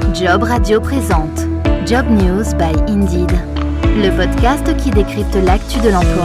Job Radio présente Job News by Indeed, le podcast qui décrypte l'actu de l'emploi.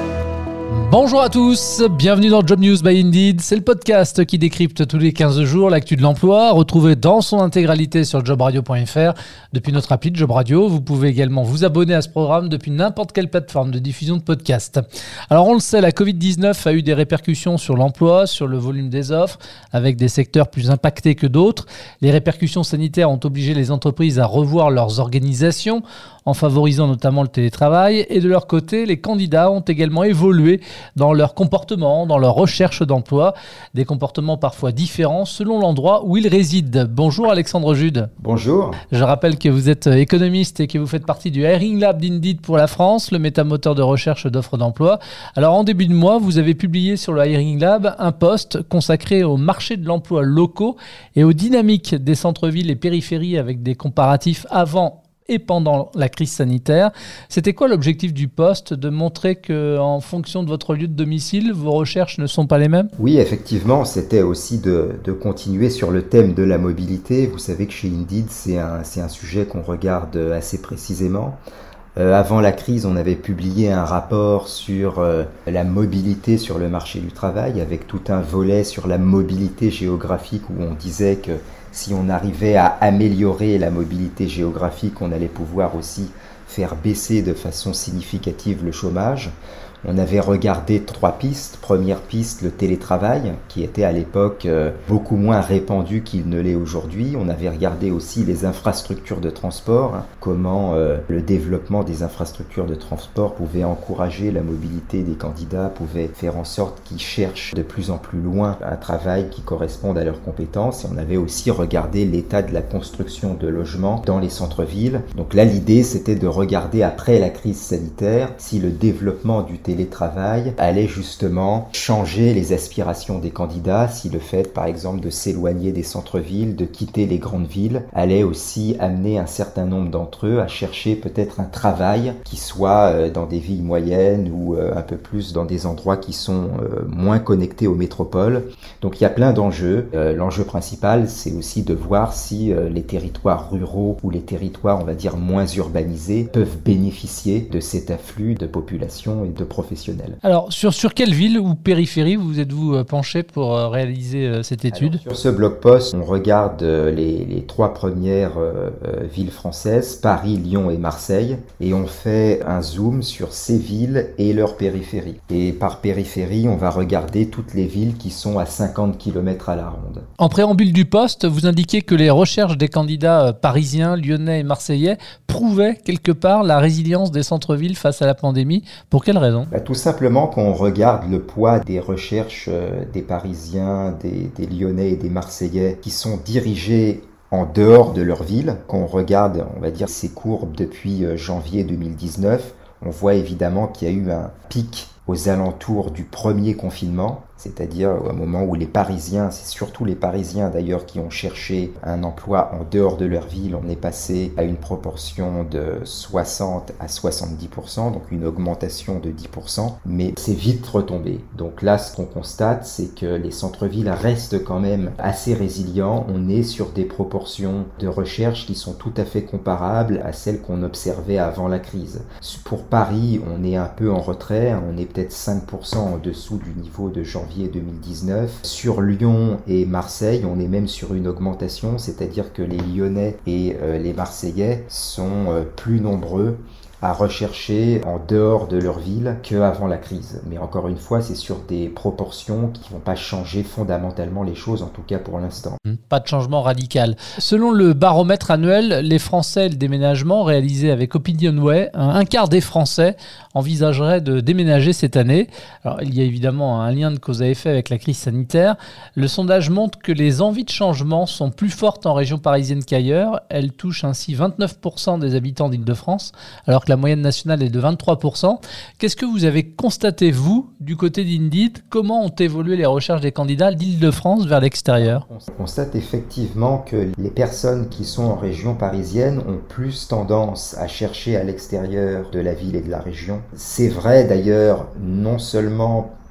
Bonjour à tous, bienvenue dans Job News by Indeed. C'est le podcast qui décrypte tous les 15 jours l'actu de l'emploi, retrouvé dans son intégralité sur jobradio.fr. Depuis notre appli Job Radio, vous pouvez également vous abonner à ce programme depuis n'importe quelle plateforme de diffusion de podcast. Alors on le sait, la Covid-19 a eu des répercussions sur l'emploi, sur le volume des offres, avec des secteurs plus impactés que d'autres. Les répercussions sanitaires ont obligé les entreprises à revoir leurs organisations, en favorisant notamment le télétravail. Et de leur côté, les candidats ont également évolué dans leur comportement, dans leur recherche d'emploi. Des comportements parfois différents selon l'endroit où ils résident. Bonjour Alexandre Jude. Bonjour. Je rappelle que vous êtes économiste et que vous faites partie du Hiring Lab d'Indeed pour la France, le métamoteur de recherche d'offres d'emploi. Alors en début de mois, vous avez publié sur le Hiring Lab un post consacré au marché de l'emploi locaux et aux dynamiques des centres-villes et périphéries avec des comparatifs avant et pendant la crise sanitaire. C'était quoi l'objectif du poste? De montrer qu'en fonction de votre lieu de domicile, vos recherches ne sont pas les mêmes? Oui, effectivement, c'était aussi de continuer sur le thème de la mobilité. Vous savez que chez Indeed, c'est un sujet qu'on regarde assez précisément. Avant la crise, on avait publié un rapport sur la mobilité sur le marché du travail, avec tout un volet sur la mobilité géographique où on disait que si on arrivait à améliorer la mobilité géographique, on allait pouvoir aussi faire baisser de façon significative le chômage. On avait regardé 3 pistes. Première piste, le télétravail, qui était à l'époque beaucoup moins répandu qu'il ne l'est aujourd'hui. On avait regardé aussi les infrastructures de transport, comment le développement des infrastructures de transport pouvait encourager la mobilité des candidats, pouvait faire en sorte qu'ils cherchent de plus en plus loin un travail qui corresponde à leurs compétences. Et on avait aussi regardé l'état de la construction de logements dans les centres-villes. Donc là, l'idée, c'était de regarder après la crise sanitaire si le développement du télétravail allait justement changer les aspirations des candidats, si le fait par exemple de s'éloigner des centres-villes, de quitter les grandes villes, allait aussi amener un certain nombre d'entre eux à chercher peut-être un travail qui soit dans des villes moyennes ou un peu plus dans des endroits qui sont moins connectés aux métropoles. Donc il y a plein d'enjeux. L'enjeu principal, c'est aussi de voir si les territoires ruraux ou les territoires, on va dire, moins urbanisés peuvent bénéficier de cet afflux de population et de professionnels. Alors, sur quelle ville ou périphérie vous êtes-vous penché pour réaliser cette étude? Alors, sur ce blog post, on regarde les 3 premières villes françaises, Paris, Lyon et Marseille, et on fait un zoom sur ces villes et leurs périphéries. Et par périphérie, on va regarder toutes les villes qui sont à 50 km à la ronde. En préambule du poste, vous indiquez que les recherches des candidats parisiens, lyonnais et marseillais prouvaient quelque part la résilience des centres-villes face à la pandémie. Pour quelle raison? Tout simplement qu'on regarde le poids des recherches des Parisiens, des Lyonnais et des Marseillais qui sont dirigés en dehors de leur ville. Qu'on regarde, on va dire, ces courbes depuis janvier 2019, on voit évidemment qu'il y a eu un pic aux alentours du premier confinement, c'est-à-dire au moment où les Parisiens, c'est surtout les Parisiens d'ailleurs qui ont cherché un emploi en dehors de leur ville, on est passé à une proportion de 60 à 70%, donc une augmentation de 10%, mais c'est vite retombé. Donc là, ce qu'on constate, c'est que les centres-villes restent quand même assez résilients. On est sur des proportions de recherche qui sont tout à fait comparables à celles qu'on observait avant la crise. Pour Paris, on est un peu en retrait, on est peut-être 5% en dessous du niveau de janvier 2019. Sur Lyon et Marseille, on est même sur une augmentation, c'est-à-dire que les Lyonnais et les Marseillais sont plus nombreux à rechercher en dehors de leur ville qu'avant la crise. Mais encore une fois, c'est sur des proportions qui ne vont pas changer fondamentalement les choses, en tout cas pour l'instant. Pas de changement radical. Selon le baromètre annuel, les Français et le déménagement réalisé avec Opinionway, un quart des Français envisageraient de déménager cette année. Alors, il y a évidemment un lien de cause à effet avec la crise sanitaire. Le sondage montre que les envies de changement sont plus fortes en région parisienne qu'ailleurs. Elles touchent ainsi 29% des habitants d'Île-de-France, alors que la moyenne nationale est de 23%. Qu'est-ce que vous avez constaté, vous, du côté d'Indeed? Comment ont évolué les recherches des candidats d'Île-de-France vers l'extérieur? On constate effectivement que les personnes qui sont en région parisienne ont plus tendance à chercher à l'extérieur de la ville et de la région. C'est vrai d'ailleurs non seulement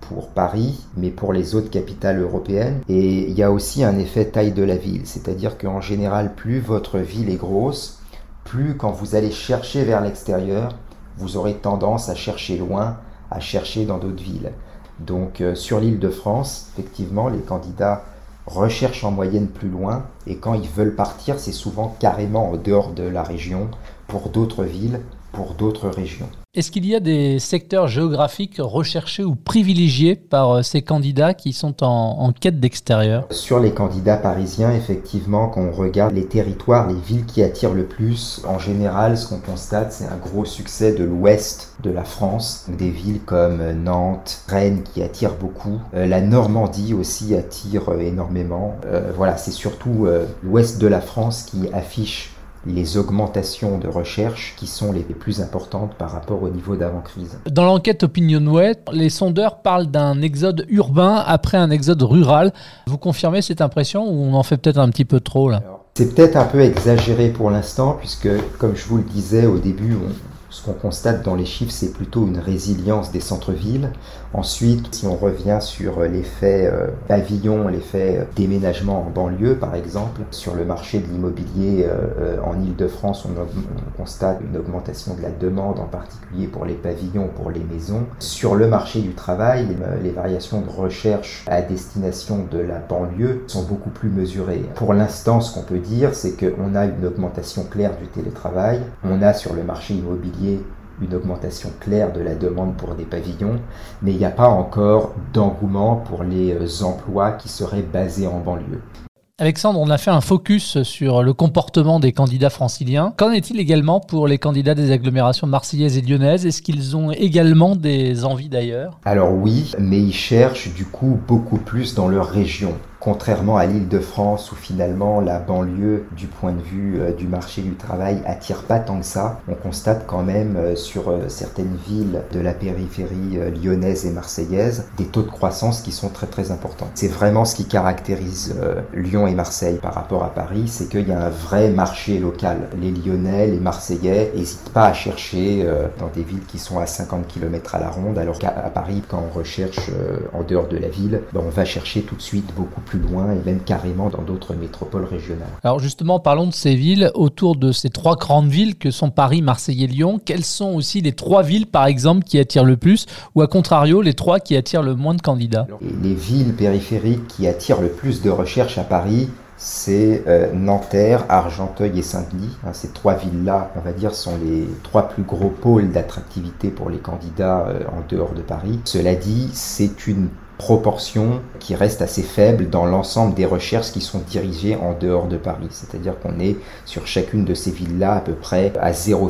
pour Paris, mais pour les autres capitales européennes. Et il y a aussi un effet taille de la ville, c'est-à-dire qu'en général, plus votre ville est grosse, plus quand vous allez chercher vers l'extérieur, vous aurez tendance à chercher loin, à chercher dans d'autres villes. Donc sur l'Île-de-France, effectivement, les candidats recherchent en moyenne plus loin, et quand ils veulent partir, c'est souvent carrément en dehors de la région, pour d'autres villes, pour d'autres régions. Est-ce qu'il y a des secteurs géographiques recherchés ou privilégiés par ces candidats qui sont en quête d'extérieur ? Sur les candidats parisiens, effectivement, quand on regarde les territoires, les villes qui attirent le plus, en général, ce qu'on constate, c'est un gros succès de l'ouest de la France. Des villes comme Nantes, Rennes qui attirent beaucoup. La Normandie aussi attire énormément. Voilà, c'est surtout l'ouest de la France qui affiche les augmentations de recherche qui sont les plus importantes par rapport au niveau d'avant-crise. Dans l'enquête OpinionWay, les sondeurs parlent d'un exode urbain après un exode rural. Vous confirmez cette impression ou on en fait peut-être un petit peu trop là ? C'est peut-être un peu exagéré pour l'instant puisque, comme je vous le disais au début, ce qu'on constate dans les chiffres, c'est plutôt une résilience des centres-villes. Ensuite, si on revient sur l'effet pavillon, l'effet déménagement en banlieue, par exemple, sur le marché de l'immobilier en Île-de-France, on constate une augmentation de la demande, en particulier pour les pavillons, pour les maisons. Sur le marché du travail, les variations de recherche à destination de la banlieue sont beaucoup plus mesurées. Pour l'instant, ce qu'on peut dire, c'est qu'on a une augmentation claire du télétravail. On a sur le marché immobilier une augmentation claire de la demande pour des pavillons, mais il n'y a pas encore d'engouement pour les emplois qui seraient basés en banlieue. Alexandre, on a fait un focus sur le comportement des candidats franciliens. Qu'en est-il également pour les candidats des agglomérations marseillaises et lyonnaises ? Est-ce qu'ils ont également des envies d'ailleurs ? Alors oui, mais ils cherchent du coup beaucoup plus dans leur région. Contrairement à l'Île-de-France où finalement la banlieue du point de vue du marché du travail attire pas tant que ça, on constate quand même sur certaines villes de la périphérie lyonnaise et marseillaise des taux de croissance qui sont très très importants. C'est vraiment ce qui caractérise Lyon et Marseille par rapport à Paris, c'est qu'il y a un vrai marché local. Les Lyonnais, les Marseillais n'hésitent pas à chercher dans des villes qui sont à 50 km à la ronde, alors qu'à Paris, quand on recherche en dehors de la ville, on va chercher tout de suite beaucoup plus loin et même carrément dans d'autres métropoles régionales. Alors justement, parlons de ces villes. Autour de ces trois grandes villes que sont Paris, Marseille et Lyon, quelles sont aussi les trois villes par exemple qui attirent le plus ou à contrario les trois qui attirent le moins de candidats ? Les villes périphériques qui attirent le plus de recherche à Paris, c'est Nanterre, Argenteuil et Saint-Denis. Ces trois villes-là, on va dire, sont les trois plus gros pôles d'attractivité pour les candidats en dehors de Paris. Cela dit, c'est une proportion qui reste assez faible dans l'ensemble des recherches qui sont dirigées en dehors de Paris. C'est-à-dire qu'on est sur chacune de ces villes-là à peu près à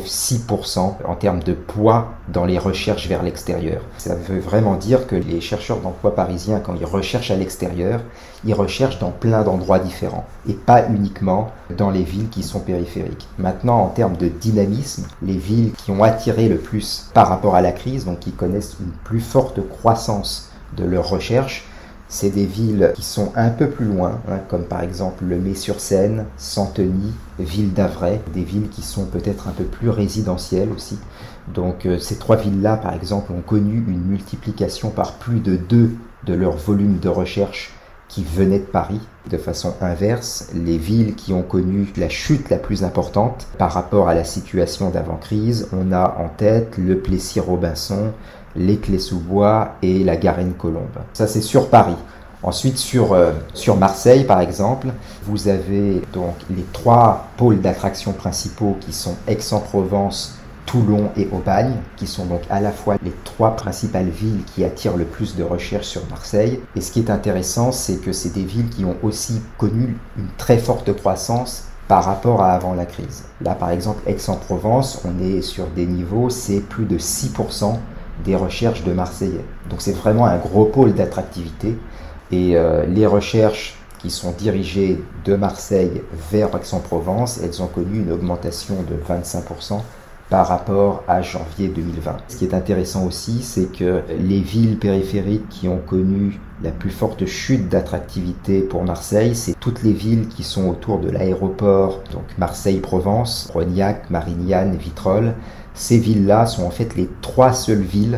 0,6% en termes de poids dans les recherches vers l'extérieur. Ça veut vraiment dire que les chercheurs d'emploi parisiens, quand ils recherchent à l'extérieur, ils recherchent dans plein d'endroits différents et pas uniquement dans les villes qui sont périphériques. Maintenant, en termes de dynamisme, les villes qui ont attiré le plus par rapport à la crise, donc qui connaissent une plus forte croissance de leurs recherches, c'est des villes qui sont un peu plus loin, comme par exemple Le Mets-sur-Seine, Santeny, Ville d'Avray, des villes qui sont peut-être un peu plus résidentielles aussi. Donc ces trois villes-là, par exemple, ont connu une multiplication par plus de 2 de leur volume de recherche qui venaient de Paris. De façon inverse, les villes qui ont connu la chute la plus importante par rapport à la situation d'avant-crise, on a en tête le Plessis-Robinson, les Clés-sous-Bois et la Garenne-Colombes. Ça, c'est sur Paris. Ensuite, sur Marseille, par exemple, vous avez donc les trois pôles d'attraction principaux qui sont Aix-en-Provence, Toulon et Aubagne, qui sont donc à la fois les trois principales villes qui attirent le plus de recherches sur Marseille. Et ce qui est intéressant, c'est que c'est des villes qui ont aussi connu une très forte croissance par rapport à avant la crise. Là, par exemple, Aix-en-Provence, on est sur des niveaux, c'est plus de 6% des recherches de Marseillais. Donc c'est vraiment un gros pôle d'attractivité. Et les recherches qui sont dirigées de Marseille vers Aix-en-Provence, elles ont connu une augmentation de 25% par rapport à janvier 2020. Ce qui est intéressant aussi, c'est que les villes périphériques qui ont connu la plus forte chute d'attractivité pour Marseille, c'est toutes les villes qui sont autour de l'aéroport, donc Marseille-Provence, Rognac, Marignane, Vitrolles. Ces villes-là sont en fait les trois seules villes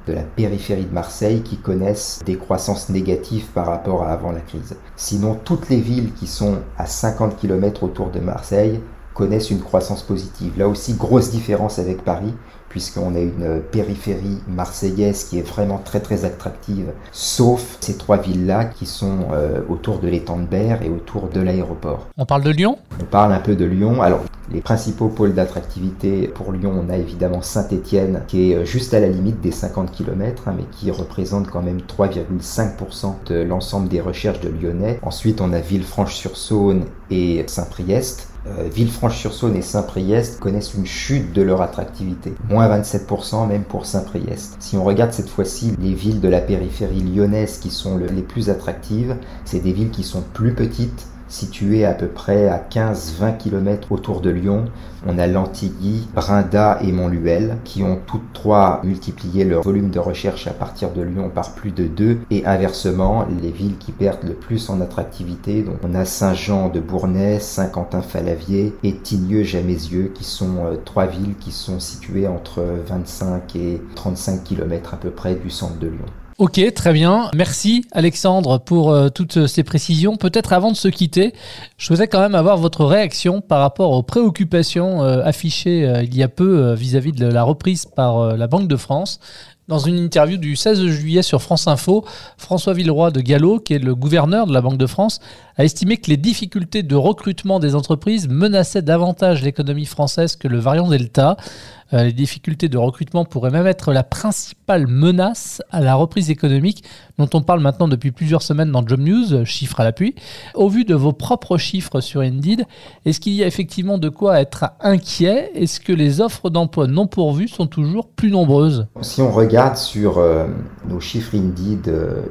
de la périphérie de Marseille qui connaissent des croissances négatives par rapport à avant la crise. Sinon, toutes les villes qui sont à 50 km autour de Marseille connaissent une croissance positive. Là aussi, grosse différence avec Paris, puisqu'on a une périphérie marseillaise qui est vraiment très très attractive, sauf ces 3 villes-là qui sont autour de l'étang de Berre et autour de l'aéroport. On parle de Lyon ? On parle un peu de Lyon. Alors, les principaux pôles d'attractivité pour Lyon, on a évidemment Saint-Étienne, qui est juste à la limite des 50 km, mais qui représente quand même 3,5% de l'ensemble des recherches de Lyonnais. Ensuite, on a Villefranche-sur-Saône et Saint-Priest. Villefranche-sur-Saône et Saint-Priest connaissent une chute de leur attractivité, moins 27% même pour Saint-Priest. Si on regarde cette fois-ci les villes de la périphérie lyonnaise qui sont les plus attractives, c'est des villes qui sont plus petites, situées à peu près à 15-20 km autour de Lyon. On a Lantilly, Brinda et Montluel qui ont toutes 3 multiplié leur volume de recherche à partir de Lyon par plus de 2 et inversement, les villes qui perdent le plus en attractivité, donc on a Saint-Jean-de-Bournay, Saint-Quentin-Falavier et Tignieu-Jamézieux qui sont 3 villes qui sont situées entre 25 et 35 km à peu près du centre de Lyon. Ok, très bien. Merci Alexandre pour toutes ces précisions. Peut-être avant de se quitter, je souhaitais quand même avoir votre réaction par rapport aux préoccupations affichées il y a peu vis-à-vis de la reprise par la Banque de France. Dans une interview du 16 juillet sur France Info, François Villeroy de Galhau, qui est le gouverneur de la Banque de France, a estimé que les difficultés de recrutement des entreprises menaçaient davantage l'économie française que le variant Delta. Les difficultés de recrutement pourraient même être la principale menace à la reprise économique dont on parle maintenant depuis plusieurs semaines dans Job News, chiffres à l'appui. Au vu de vos propres chiffres sur Indeed, est-ce qu'il y a effectivement de quoi être inquiet ? Est-ce que les offres d'emploi non pourvues sont toujours plus nombreuses ? Si on regarde sur nos chiffres Indeed,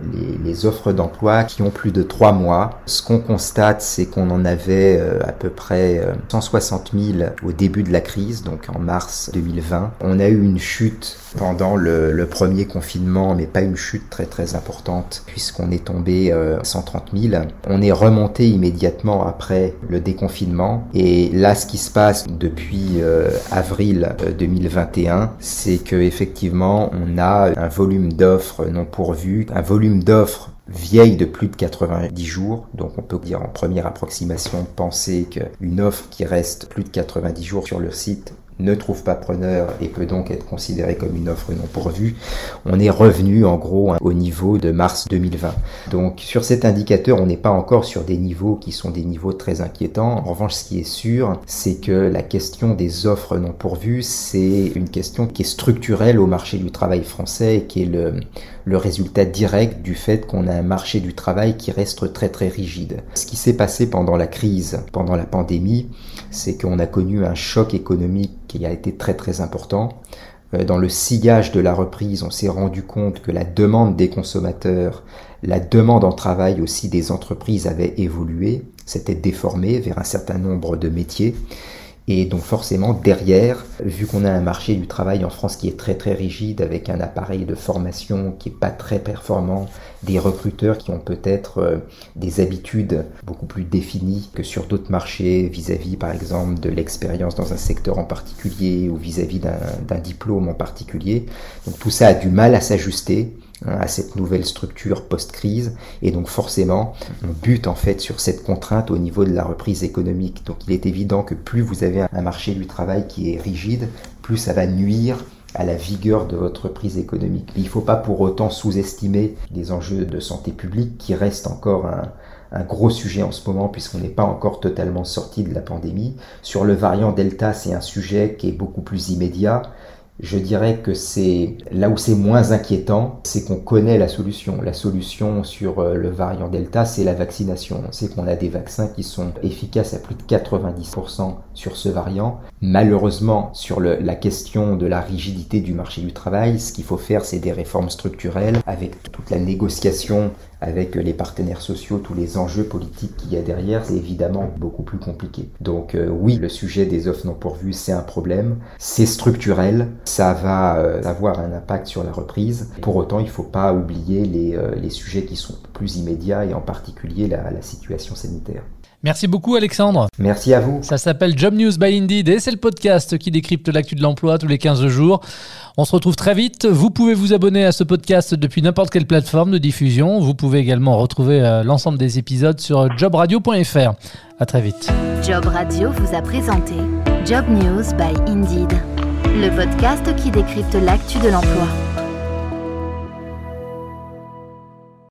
les offres d'emploi qui ont plus de 3 mois, ce qu'on constate, c'est qu'on en avait à peu près 160 000 au début de la crise, donc en mars 2020. On a eu une chute pendant le premier confinement, mais pas une chute très très importante, puisqu'on est tombé à 130 000. On est remonté immédiatement après le déconfinement, et là ce qui se passe depuis avril 2021, c'est que effectivement on a un volume d'offres non pourvues, un volume d'offres vieille de plus de 90 jours, donc on peut dire en première approximation penser qu'une offre qui reste plus de 90 jours sur le site ne trouve pas preneur et peut donc être considérée comme une offre non pourvue. On est revenu en gros au niveau de mars 2020. Donc sur cet indicateur, on n'est pas encore sur des niveaux qui sont des niveaux très inquiétants. En revanche, ce qui est sûr, c'est que la question des offres non pourvues, c'est une question qui est structurelle au marché du travail français et qui est le résultat direct du fait qu'on a un marché du travail qui reste très très rigide. Ce qui s'est passé pendant la crise, pendant la pandémie, c'est qu'on a connu un choc économique qui a été très très important. Dans le sillage de la reprise, on s'est rendu compte que la demande des consommateurs, la demande en travail aussi des entreprises avait évolué, s'était déformée vers un certain nombre de métiers. Et donc forcément derrière, vu qu'on a un marché du travail en France qui est très très rigide, avec un appareil de formation qui est pas très performant, des recruteurs qui ont peut-être des habitudes beaucoup plus définies que sur d'autres marchés, vis-à-vis par exemple de l'expérience dans un secteur en particulier ou vis-à-vis d'un diplôme en particulier. Donc tout ça a du mal à s'ajuster à cette nouvelle structure post-crise, et donc forcément on bute en fait sur cette contrainte au niveau de la reprise économique. Donc il est évident que plus vous avez un marché du travail qui est rigide, plus ça va nuire à la vigueur de votre reprise économique. Mais il ne faut pas pour autant sous-estimer les enjeux de santé publique qui restent encore un gros sujet en ce moment puisqu'on n'est pas encore totalement sorti de la pandémie. Sur le variant Delta, c'est un sujet qui est beaucoup plus immédiat. Je dirais que c'est là où c'est moins inquiétant, c'est qu'on connaît la solution. La solution sur le variant Delta, c'est la vaccination. On sait qu'on a des vaccins qui sont efficaces à plus de 90% sur ce variant. Malheureusement, sur la question de la rigidité du marché du travail, ce qu'il faut faire, c'est des réformes structurelles avec toute la négociation avec les partenaires sociaux, tous les enjeux politiques qu'il y a derrière, c'est évidemment beaucoup plus compliqué. Donc oui, le sujet des offres non pourvues, c'est un problème, c'est structurel, ça va avoir un impact sur la reprise. Pour autant, il ne faut pas oublier les sujets qui sont plus immédiats et en particulier la situation sanitaire. Merci beaucoup Alexandre. Merci à vous. Ça s'appelle Job News by Indeed et c'est le podcast qui décrypte l'actu de l'emploi tous les 15 jours. On se retrouve très vite. Vous pouvez vous abonner à ce podcast depuis n'importe quelle plateforme de diffusion. Vous pouvez également retrouver l'ensemble des épisodes sur jobradio.fr. À très vite. Job Radio vous a présenté Job News by Indeed, le podcast qui décrypte l'actu de l'emploi.